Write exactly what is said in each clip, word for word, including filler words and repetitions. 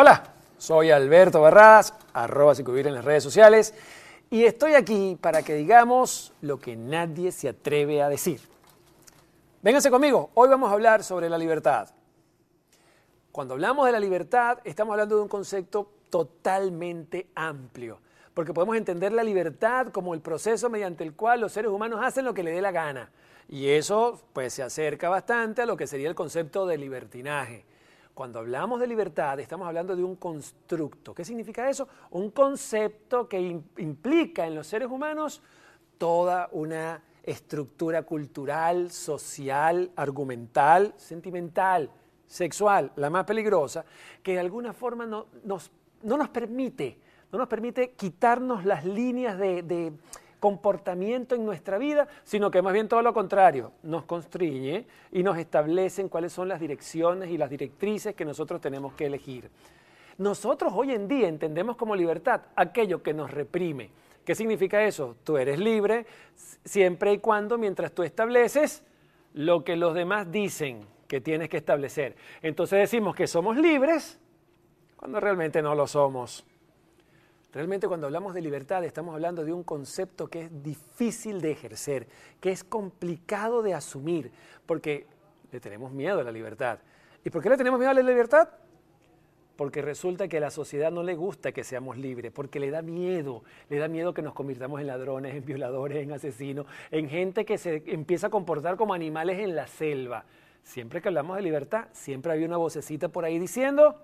Hola, soy Alberto Barradas, arroba Psicovivir en las redes sociales, y estoy aquí para que digamos lo que nadie se atreve a decir. Vénganse conmigo, hoy vamos a hablar sobre la libertad. Cuando hablamos de la libertad, estamos hablando de un concepto totalmente amplio, porque podemos entender la libertad como el proceso mediante el cual los seres humanos hacen lo que les dé la gana. Y eso pues se acerca bastante a lo que sería el concepto de libertinaje. Cuando hablamos de libertad, estamos hablando de un constructo. ¿Qué significa eso? Un concepto que implica en los seres humanos toda una estructura cultural, social, argumental, sentimental, sexual, la más peligrosa, que de alguna forma no nos, no nos permite, no nos permite quitarnos las líneas de, de comportamiento en nuestra vida, sino que más bien todo lo contrario, nos constriñe y nos establecen cuáles son las direcciones y las directrices que nosotros tenemos que elegir. Nosotros hoy en día entendemos como libertad aquello que nos reprime. ¿Qué significa eso? Tú eres libre siempre y cuando mientras tú estableces lo que los demás dicen que tienes que establecer. Entonces decimos que somos libres cuando realmente no lo somos. Realmente cuando hablamos de libertad estamos hablando de un concepto que es difícil de ejercer, que es complicado de asumir, porque le tenemos miedo a la libertad. ¿Y por qué le tenemos miedo a la libertad? Porque resulta que a la sociedad no le gusta que seamos libres, porque le da miedo, le da miedo que nos convirtamos en ladrones, en violadores, en asesinos, en gente que se empieza a comportar como animales en la selva. Siempre que hablamos de libertad, siempre había una vocecita por ahí diciendo...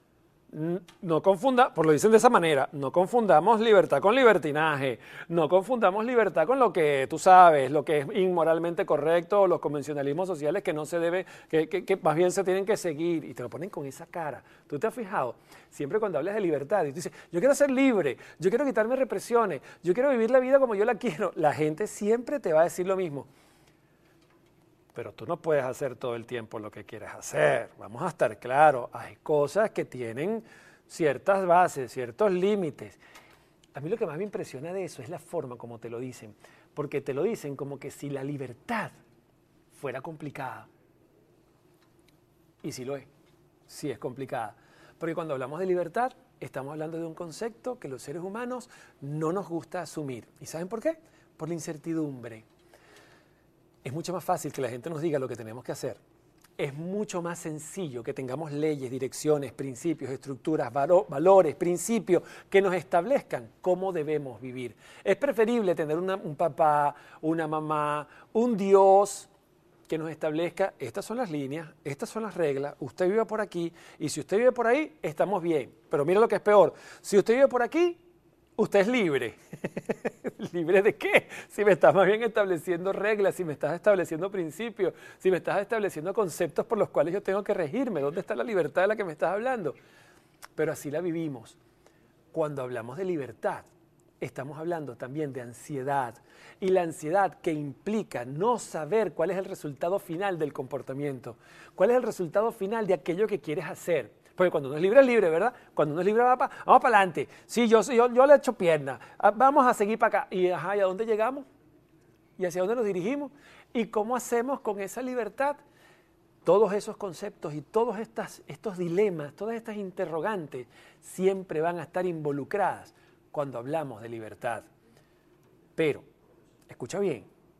No confunda, por lo dicen de esa manera, no confundamos libertad con libertinaje, no confundamos libertad con lo que tú sabes, lo que es inmoralmente correcto, o los convencionalismos sociales que no se debe, que, que, que más bien se tienen que seguir, y te lo ponen con esa cara. ¿Tú te has fijado? Siempre cuando hablas de libertad y tú dices, yo quiero ser libre, yo quiero quitarme represiones, yo quiero vivir la vida como yo la quiero, la gente siempre te va a decir lo mismo. Pero tú no puedes hacer todo el tiempo lo que quieres hacer. Vamos a estar claros, hay cosas que tienen ciertas bases, ciertos límites. A mí lo que más me impresiona de eso es la forma como te lo dicen, porque te lo dicen como que si la libertad fuera complicada. Y sí lo es, sí es complicada. Porque cuando hablamos de libertad, estamos hablando de un concepto que los seres humanos no nos gusta asumir. ¿Y saben por qué? Por la incertidumbre. Es mucho más fácil que la gente nos diga lo que tenemos que hacer. Es mucho más sencillo que tengamos leyes, direcciones, principios, estructuras, valores, principios que nos establezcan cómo debemos vivir. Es preferible tener una, un papá, una mamá, un Dios que nos establezca, estas son las líneas, estas son las reglas, usted vive por aquí y si usted vive por ahí, estamos bien. Pero mira lo que es peor, si usted vive por aquí, usted es libre. ¿Libre de qué? Si me estás más bien estableciendo reglas, si me estás estableciendo principios, si me estás estableciendo conceptos por los cuales yo tengo que regirme. ¿Dónde está la libertad de la que me estás hablando? Pero así la vivimos. Cuando hablamos de libertad, estamos hablando también de ansiedad. Y la ansiedad que implica no saber cuál es el resultado final del comportamiento. ¿Cuál es el resultado final de aquello que quieres hacer? Porque cuando uno es libre, es libre, ¿verdad? Cuando uno es libre, va pa, vamos para adelante. Sí, yo, yo, yo le echo pierna. Vamos a seguir para acá. ¿Y, ajá, ¿y a dónde llegamos? ¿Y hacia dónde nos dirigimos? ¿Y cómo hacemos con esa libertad? Todos esos conceptos y todos estas, estos dilemas, todas estas interrogantes siempre van a estar involucradas cuando hablamos de libertad. Pero, escucha bien,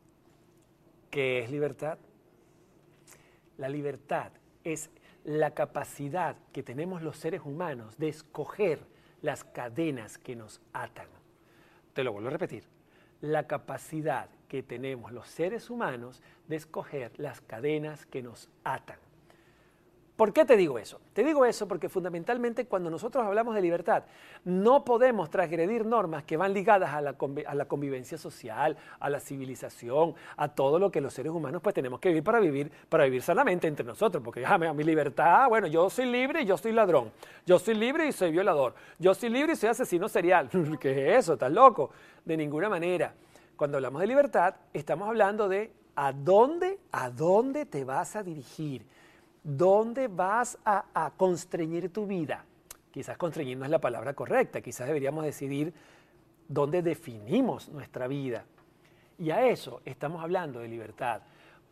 ¿qué es libertad? La libertad es la capacidad que tenemos los seres humanos de escoger las cadenas que nos atan. Te lo vuelvo a repetir. La capacidad que tenemos los seres humanos de escoger las cadenas que nos atan. ¿Por qué te digo eso? Te digo eso porque fundamentalmente cuando nosotros hablamos de libertad no podemos transgredir normas que van ligadas a la, a la convivencia social, a la civilización, a todo lo que los seres humanos pues tenemos que vivir para vivir, para vivir sanamente entre nosotros. Porque ya, mi libertad, bueno, yo soy libre y yo soy ladrón. Yo soy libre y soy violador. Yo soy libre y soy asesino serial. ¿Qué es eso? ¿Estás loco? De ninguna manera. Cuando hablamos de libertad estamos hablando de a dónde, a dónde te vas a dirigir. ¿Dónde vas a, a constreñir tu vida? Quizás constreñir no es la palabra correcta, quizás deberíamos decidir dónde definimos nuestra vida. Y a eso estamos hablando de libertad.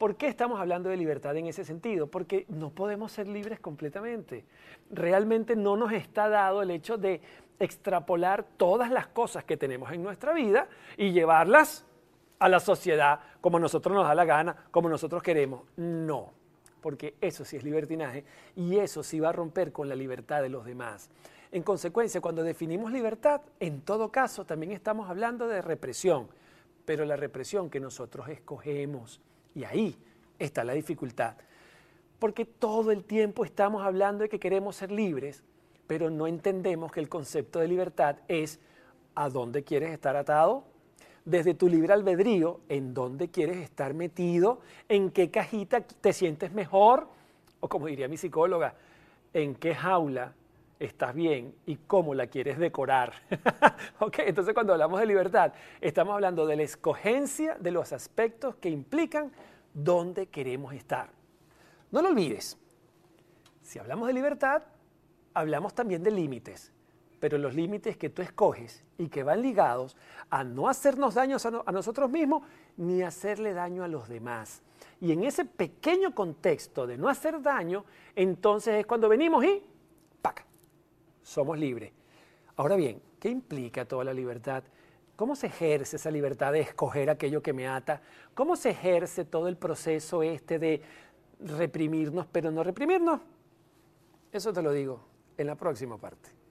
¿Por qué estamos hablando de libertad en ese sentido? Porque no podemos ser libres completamente. Realmente no nos está dado el hecho de extrapolar todas las cosas que tenemos en nuestra vida y llevarlas a la sociedad como a nosotros nos da la gana, como nosotros queremos. No, porque eso sí es libertinaje y eso sí va a romper con la libertad de los demás. En consecuencia, cuando definimos libertad, en todo caso también estamos hablando de represión, pero la represión que nosotros escogemos. Y ahí está la dificultad. Porque todo el tiempo estamos hablando de que queremos ser libres, pero no entendemos que el concepto de libertad es ¿a dónde quieres estar atado? Desde tu libre albedrío, ¿en dónde quieres estar metido? ¿En qué cajita te sientes mejor? O como diría mi psicóloga, ¿en qué jaula estás bien y cómo la quieres decorar? Okay, entonces cuando hablamos de libertad, estamos hablando de la escogencia de los aspectos que implican dónde queremos estar. No lo olvides, si hablamos de libertad, hablamos también de límites, pero los límites que tú escoges y que van ligados a no hacernos daño a, no, a nosotros mismos ni hacerle daño a los demás. Y en ese pequeño contexto de no hacer daño, entonces es cuando venimos y ¡pac! Somos libres. Ahora bien, ¿qué implica toda la libertad? ¿Cómo se ejerce esa libertad de escoger aquello que me ata? ¿Cómo se ejerce todo el proceso este de reprimirnos, pero no reprimirnos? Eso te lo digo en la próxima parte.